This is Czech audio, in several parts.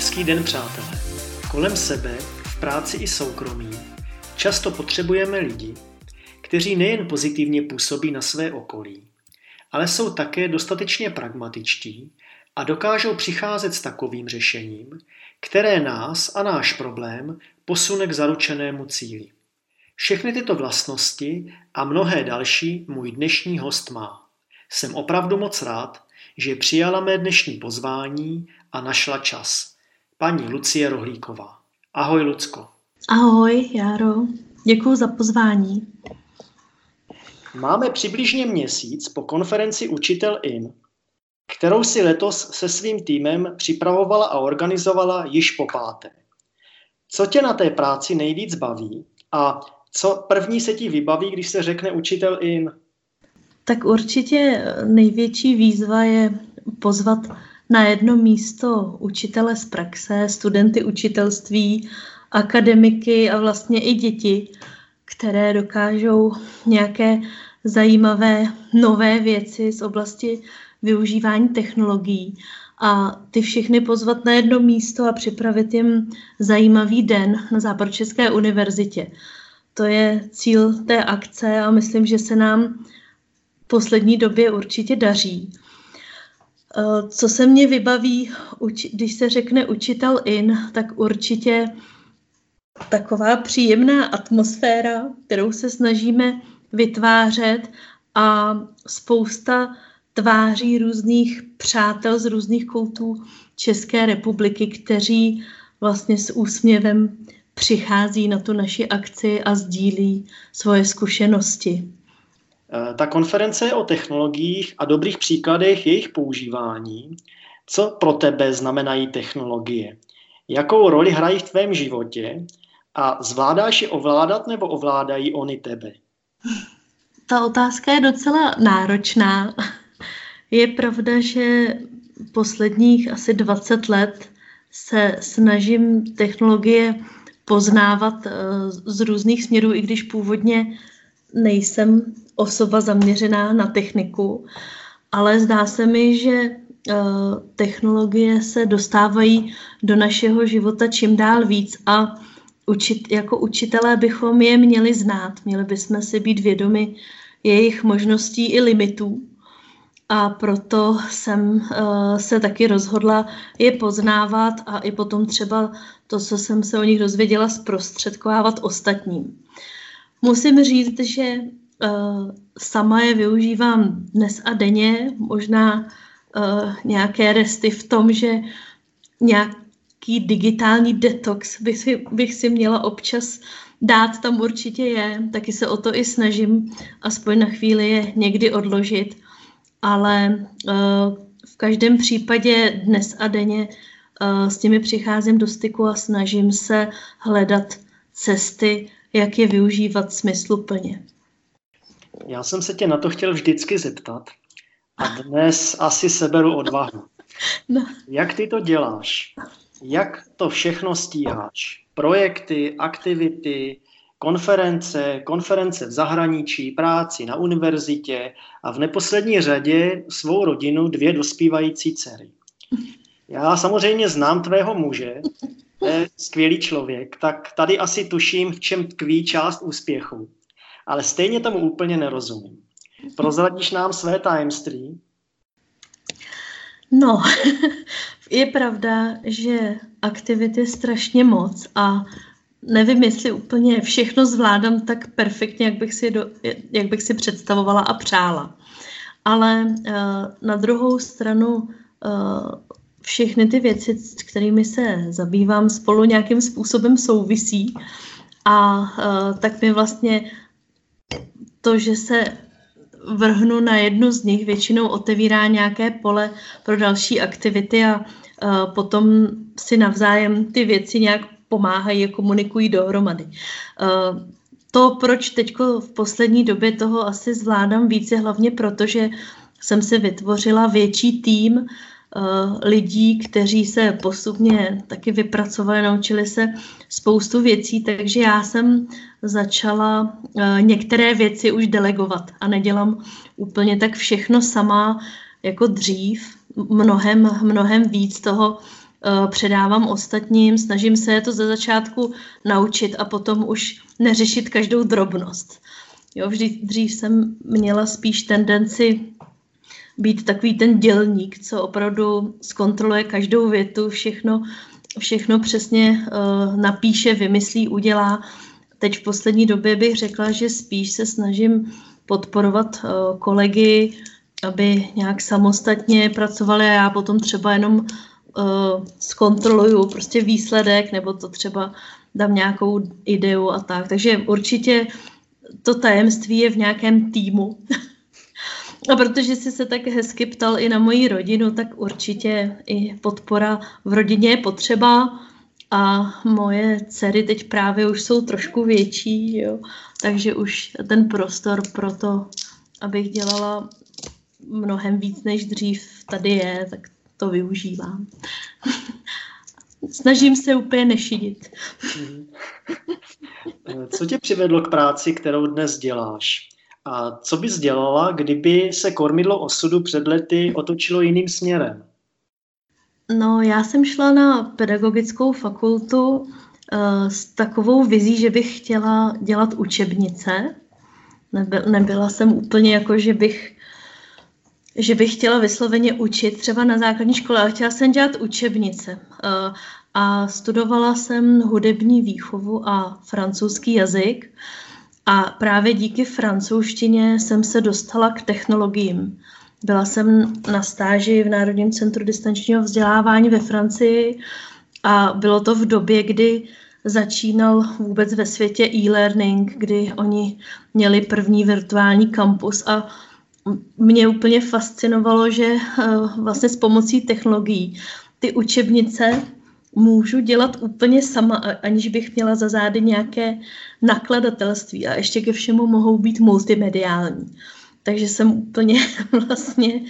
Hezký den, přátelé. Kolem sebe, v práci i soukromí, často potřebujeme lidi, kteří nejen pozitivně působí na své okolí, ale jsou také dostatečně pragmatičtí a dokážou přicházet s takovým řešením, které nás a náš problém posune k zaručenému cíli. Všechny tyto vlastnosti a mnohé další můj dnešní host má. Jsem opravdu moc rád, že přijala mé dnešní pozvání a našla čas. Paní Lucie Rohlíková. Ahoj, Lucko. Ahoj, Járo. Děkuji za pozvání. Máme přibližně měsíc po konferenci Učitel in, kterou si letos se svým týmem připravovala a organizovala již po páté. Co tě na té práci nejvíc baví a co první se ti vybaví, když se řekne Učitel in? Tak určitě největší výzva je pozvat na jedno místo učitele z praxe, studenty učitelství, akademiky a vlastně i děti, které dokážou nějaké zajímavé nové věci z oblasti využívání technologií a ty všechny pozvat na jedno místo a připravit jim zajímavý den na Západočeské univerzitě. To je cíl té akce a myslím, že se nám v poslední době určitě daří. Co se mně vybaví, když se řekne Učitel in, tak určitě taková příjemná atmosféra, kterou se snažíme vytvářet a spousta tváří různých přátel z různých koutů České republiky, kteří vlastně s úsměvem přichází na tu naši akci a sdílí svoje zkušenosti. Ta konference je o technologiích a dobrých příkladech jejich používání. Co pro tebe znamenají technologie? Jakou roli hrají v tvém životě? A zvládáš je ovládat nebo ovládají oni tebe? Ta otázka je docela náročná. Je pravda, že posledních asi 20 let se snažím technologie poznávat z různých směrů, i když původně nejsem osoba zaměřená na techniku, ale zdá se mi, že technologie se dostávají do našeho života čím dál víc a jako učitelé bychom je měli znát, měli bychom si být vědomi jejich možností i limitů. A proto jsem se taky rozhodla je poznávat a i potom třeba to, co jsem se o nich dozvěděla, zprostředkovávat ostatním. Musím říct, že sama je využívám dnes a denně, možná nějaké resty v tom, že nějaký digitální detox bych si měla občas dát, tam určitě je, taky se o to i snažím, aspoň na chvíli je někdy odložit, ale v každém případě dnes a denně s těmi přicházím do styku a snažím se hledat cesty, jak je využívat smysluplně. Já jsem se tě na to chtěl vždycky zeptat a dnes asi seberu odvahu. No. Jak ty to děláš? Jak to všechno stíháš? Projekty, aktivity, konference v zahraničí, práci na univerzitě a v neposlední řadě svou rodinu, 2 dospívající dcery. Já samozřejmě znám tvého muže, to je skvělý člověk, tak tady asi tuším, v čem tkví část úspěchu, ale stejně tomu úplně nerozumím. Prozradíš nám své tajemství? No, je pravda, že aktivit je strašně moc a nevím, jestli úplně všechno zvládám tak perfektně, jak bych si představovala a přála. Ale na druhou stranu všechny ty věci, s kterými se zabývám, spolu nějakým způsobem souvisí a tak mi vlastně to, že se vrhnu na jednu z nich, většinou otevírá nějaké pole pro další aktivity a potom si navzájem ty věci nějak pomáhají a komunikují dohromady. To, proč teď v poslední době toho asi zvládám víc, je hlavně proto, že jsem si vytvořila větší tým lidí, kteří se postupně taky vypracovali, naučili se spoustu věcí, takže já jsem začala některé věci už delegovat a nedělám úplně tak všechno sama jako dřív. Mnohem víc toho předávám ostatním, snažím se to ze začátku naučit a potom už neřešit každou drobnost. Jo, dřív jsem měla spíš tendenci být takový ten dělník, co opravdu zkontroluje každou větu, všechno přesně napíše, vymyslí, udělá. Teď v poslední době bych řekla, že spíš se snažím podporovat kolegy, aby nějak samostatně pracovali a já potom třeba jenom zkontroluju prostě výsledek nebo to třeba dám nějakou ideu a tak. Takže určitě to tajemství je v nějakém týmu. A protože jsi se tak hezky ptal i na moji rodinu, tak určitě i podpora v rodině je potřeba a moje dcery teď právě už jsou trošku větší, jo, takže už ten prostor pro to, abych dělala mnohem víc než dřív tady je, tak to využívám. Snažím se úplně nešidit. Co tě přivedlo k práci, kterou dnes děláš? A co bys dělala, kdyby se kormidlo osudu před lety otočilo jiným směrem? No, já jsem šla na pedagogickou fakultu s takovou vizí, že bych chtěla dělat učebnice. Nebyla jsem úplně jako, že bych chtěla vysloveně učit třeba na základní škole, ale chtěla jsem dělat učebnice. A studovala jsem hudební výchovu a francouzský jazyk. A právě díky francouzštině jsem se dostala k technologiím. Byla jsem na stáži v Národním centru distančního vzdělávání ve Francii a bylo to v době, kdy začínal vůbec ve světě e-learning, kdy oni měli první virtuální kampus a mě úplně fascinovalo, že vlastně s pomocí technologií ty učebnice můžu dělat úplně sama, aniž bych měla za zády nějaké nakladatelství a ještě ke všemu mohou být multimediální. Takže jsem úplně vlastně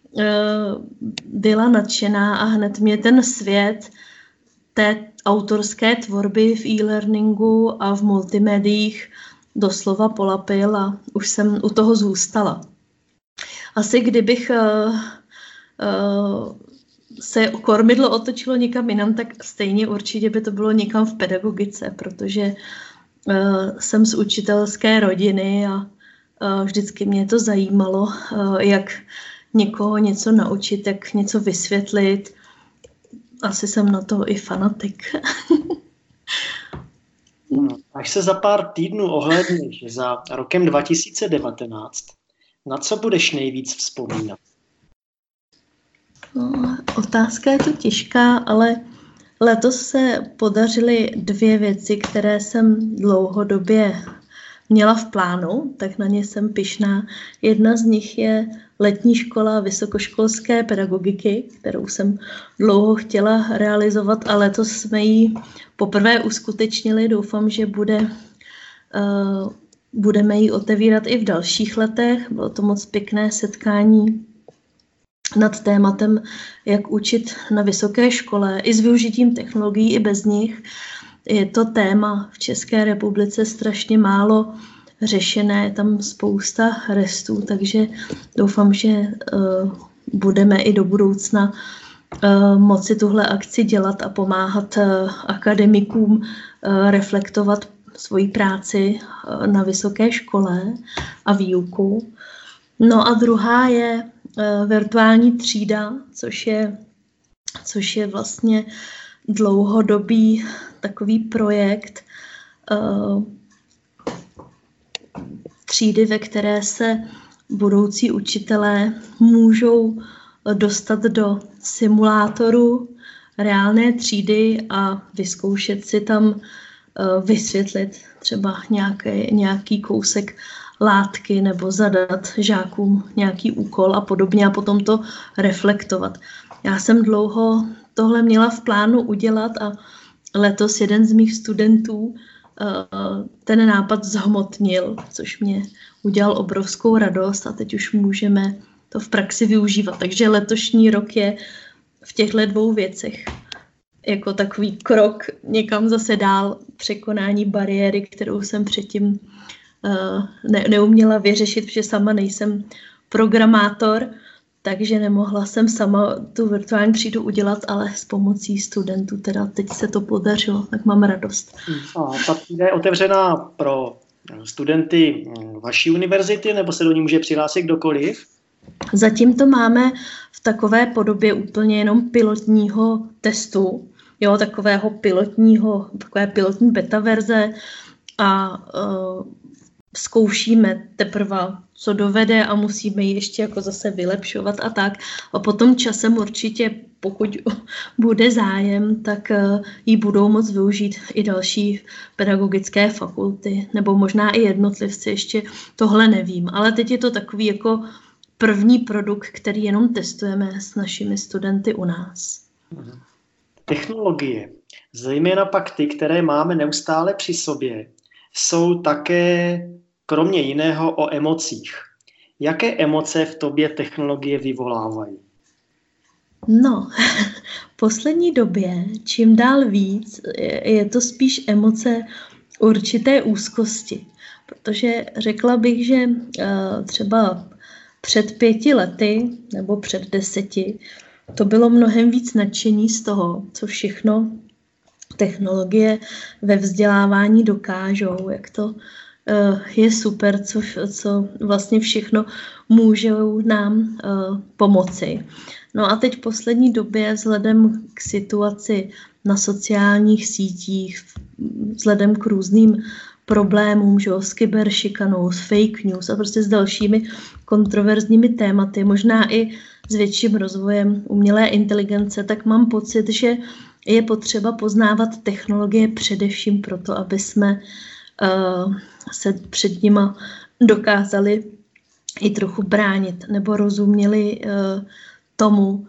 byla nadšená a hned mě ten svět té autorské tvorby v e-learningu a v multimédiích doslova polapil a už jsem u toho zůstala. Asi kdybych se kormidlo otočilo někam jinam, tak stejně určitě by to bylo někam v pedagogice, protože jsem z učitelské rodiny a vždycky mě to zajímalo, jak někoho něco naučit, jak něco vysvětlit. Asi jsem na to i fanatik. Až se za pár týdnů ohlédneš za rokem 2019, na co budeš nejvíc vzpomínat? No, otázka je to těžká, ale letos se podařily 2 věci, které jsem dlouhodobě měla v plánu, tak na ně jsem pyšná. Jedna z nich je letní škola vysokoškolské pedagogiky, kterou jsem dlouho chtěla realizovat a letos jsme ji poprvé uskutečnili. Doufám, že budeme ji otevírat i v dalších letech. Bylo to moc pěkné setkání nad tématem, jak učit na vysoké škole, i s využitím technologií, i bez nich. Je to téma v České republice strašně málo řešené, je tam spousta restů, takže doufám, že budeme i do budoucna moci tuhle akci dělat a pomáhat akademikům reflektovat svoji práci na vysoké škole a výuku. No a druhá je virtuální třída, což je vlastně dlouhodobý takový projekt třídy, ve které se budoucí učitelé můžou dostat do simulátoru reálné třídy a vyzkoušet si tam vysvětlit třeba nějaký kousek látky nebo zadat žákům nějaký úkol a podobně a potom to reflektovat. Já jsem dlouho tohle měla v plánu udělat a letos jeden z mých studentů ten nápad zhmotnil, což mě udělal obrovskou radost a teď už můžeme to v praxi využívat. Takže letošní rok je v těchto 2 věcech jako takový krok někam zase dál, překonání bariéry, kterou jsem předtím neuměla vyřešit, protože sama nejsem programátor, takže nemohla jsem sama tu virtuální třídu udělat, ale s pomocí studentů teda teď se to podařilo, tak mám radost. A ta třída je otevřená pro studenty vaší univerzity, nebo se do ní může přihlásit kdokoliv? Zatím to máme v takové podobě úplně jenom pilotního testu, jo, takové pilotní beta verze a zkoušíme teprve, co dovede a musíme ji ještě jako zase vylepšovat a tak. A potom časem určitě, pokud bude zájem, tak ji budou moct využít i další pedagogické fakulty, nebo možná i jednotlivci, ještě tohle nevím. Ale teď je to takový jako první produkt, který jenom testujeme s našimi studenty u nás. Technologie, zejména pak ty, které máme neustále při sobě, jsou také kromě jiného o emocích. Jaké emoce v tobě technologie vyvolávají? No, v poslední době čím dál víc je to spíš emoce určité úzkosti. Protože řekla bych, že třeba před 5 lety nebo před 10 to bylo mnohem víc nadšení z toho, co všechno technologie ve vzdělávání dokážou, jak to je super, co vlastně všechno můžou nám pomoci. No a teď v poslední době vzhledem k situaci na sociálních sítích, vzhledem k různým problémům, že s kyberšikanou, s fake news a prostě s dalšími kontroverzními tématy, možná i s větším rozvojem umělé inteligence, tak mám pocit, že je potřeba poznávat technologie především proto, aby jsme se před nima dokázali i trochu bránit nebo rozuměli tomu,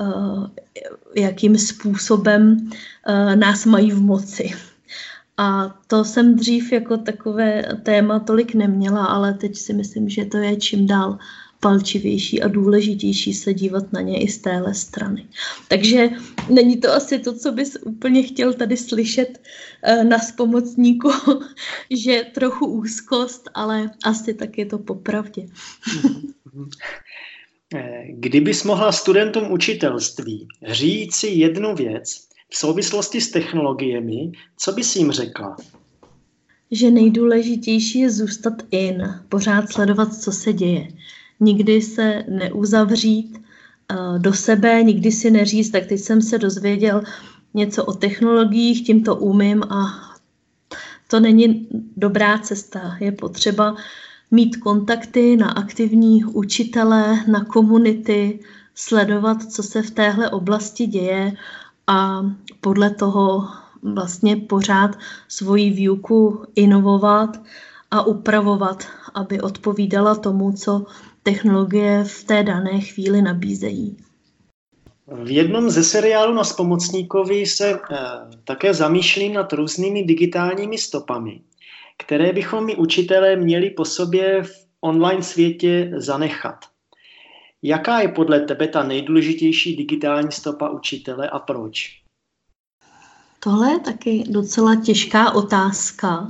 jakým způsobem nás mají v moci. A to jsem dřív jako takové téma tolik neměla, ale teď si myslím, že to je čím dál palčivější a důležitější se dívat na ně i z téhle strany. Takže není to asi to, co bys úplně chtěl tady slyšet na zpomocníku, že trochu úzkost, ale asi tak je to popravdě. Kdybys mohla studentům učitelství říci jednu věc v souvislosti s technologiemi, co bys jim řekla? Že nejdůležitější je zůstat pořád sledovat, co se děje. Nikdy se neuzavřít do sebe, nikdy si neříct, tak teď jsem se dozvěděl něco o technologiích, tím to umím a to není dobrá cesta. Je potřeba mít kontakty na aktivní učitele, na komunity, sledovat, co se v téhle oblasti děje a podle toho vlastně pořád svoji výuku inovovat a upravovat, aby odpovídala tomu, co technologie v té dané chvíli nabízejí. V jednom ze seriálů na Zpomocníkovi se také zamýšlím nad různými digitálními stopami, které bychom my učitelé měli po sobě v online světě zanechat. Jaká je podle tebe ta nejdůležitější digitální stopa učitele a proč? Tohle je taky docela těžká otázka.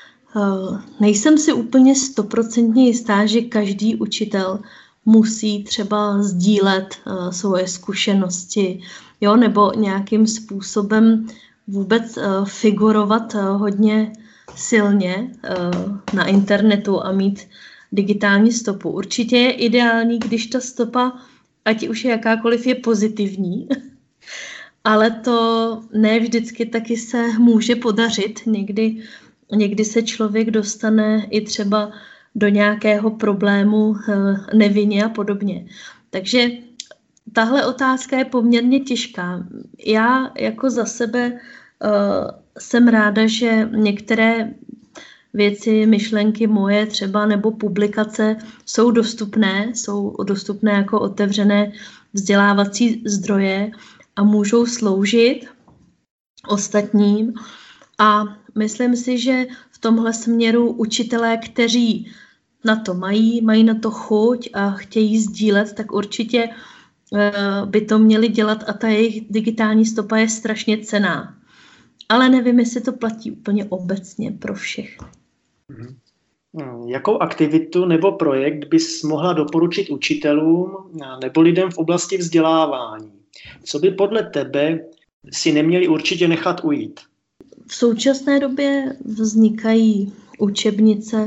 Nejsem si úplně 100% jistá, že každý učitel musí třeba sdílet svoje zkušenosti, jo, nebo nějakým způsobem vůbec figurovat hodně silně na internetu a mít digitální stopu. Určitě je ideální, když ta stopa, ať už je jakákoliv, je pozitivní, ale to ne vždycky taky se může podařit. Někdy se člověk dostane i třeba do nějakého problému nevinně a podobně. Takže tahle otázka je poměrně těžká. Já jako za sebe jsem ráda, že některé věci, myšlenky moje třeba nebo publikace jsou dostupné jako otevřené vzdělávací zdroje a můžou sloužit ostatním. A myslím si, že v tomhle směru učitelé, kteří na to mají na to chuť a chtějí sdílet, tak určitě by to měli dělat a ta jejich digitální stopa je strašně cenná. Ale nevím, jestli to platí úplně obecně pro všechny. Jakou aktivitu nebo projekt bys mohla doporučit učitelům nebo lidem v oblasti vzdělávání? Co by podle tebe si neměli určitě nechat ujít? V současné době vznikají učebnice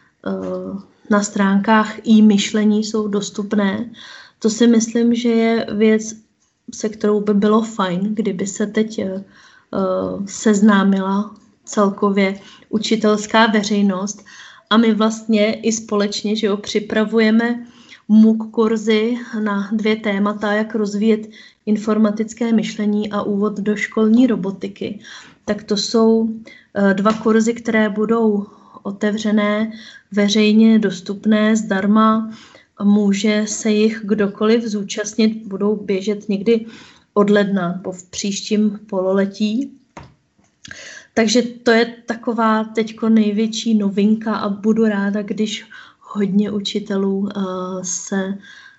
na stránkách e-myšlení, jsou dostupné. To si myslím, že je věc, se kterou by bylo fajn, kdyby se teď seznámila celkově učitelská veřejnost. A my vlastně i společně, že připravujeme MOOC kurzy na 2 témata, jak rozvíjet informatické myšlení a úvod do školní robotiky. Tak to jsou 2 kurzy, které budou otevřené, veřejně dostupné, zdarma. Může se jich kdokoliv zúčastnit, budou běžet někdy od ledna v příštím pololetí. Takže to je taková teďko největší novinka a budu ráda, když hodně učitelů se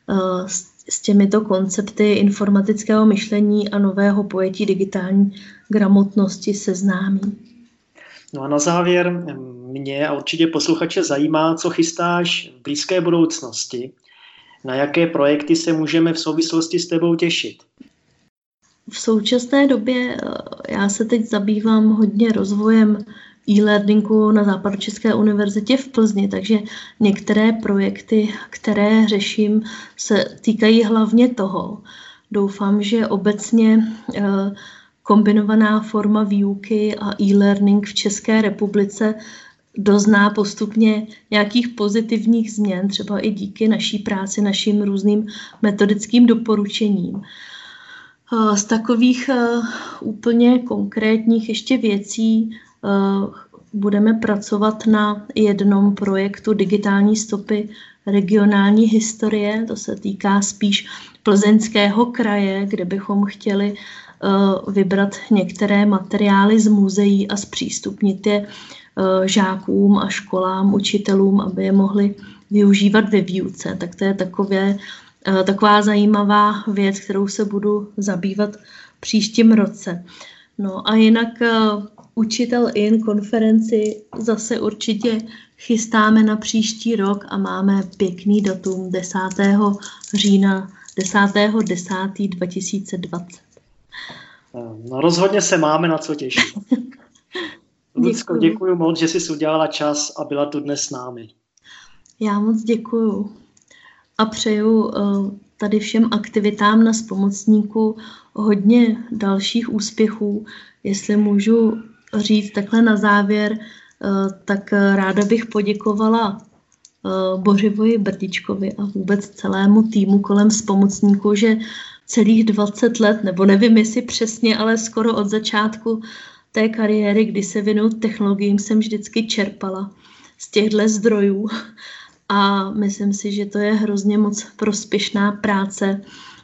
s těmito koncepty informatického myšlení a nového pojetí digitální gramotnosti seznámí. No a na závěr mě a určitě posluchače zajímá, co chystáš v blízké budoucnosti. Na jaké projekty se můžeme v souvislosti s tebou těšit? V současné době já se teď zabývám hodně rozvojem e-learningu na Západočeské univerzitě v Plzni, takže některé projekty, které řeším, se týkají hlavně toho. Doufám, že obecně kombinovaná forma výuky a e-learning v České republice dozná postupně nějakých pozitivních změn, třeba i díky naší práci, našim různým metodickým doporučením. Z takových úplně konkrétních ještě věcí budeme pracovat na jednom projektu digitální stopy regionální historie. To se týká spíš Plzeňského kraje, kde bychom chtěli vybrat některé materiály z muzeí a zpřístupnit je žákům a školám, učitelům, aby je mohli využívat ve výuce. Tak to je taková zajímavá věc, kterou se budu zabývat příštím roce. No a jinak Učitel in konferenci zase určitě chystáme na příští rok a máme pěkný datum 10. října 10.10.2020. No rozhodně se máme na co těšit. Lucko, děkuji moc, že jsi udělala čas a byla tu dnes s námi. Já moc děkuju a přeju tady všem aktivitám na Zpomocníku hodně dalších úspěchů. Jestli můžu říct takhle na závěr, tak ráda bych poděkovala Bořivoji Brdičkovi a vůbec celému týmu kolem Zpomocníku, že celých 20 let, nebo nevím jestli přesně, ale skoro od začátku té kariéry, kdy se věnuju technologiím, jsem vždycky čerpala z těchto zdrojů. A myslím si, že to je hrozně moc prospěšná práce,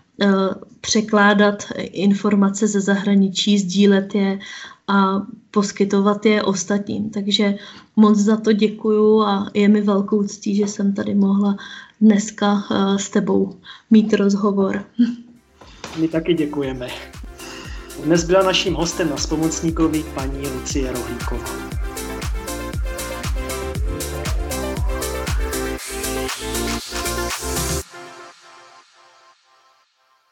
překládat informace ze zahraničí, sdílet je a poskytovat je ostatním. Takže moc za to děkuju a je mi velkou ctí, že jsem tady mohla dneska s tebou mít rozhovor. My taky děkujeme. Dnes byla naším hostem na Zpomocníkovi paní Lucie Rohlíková.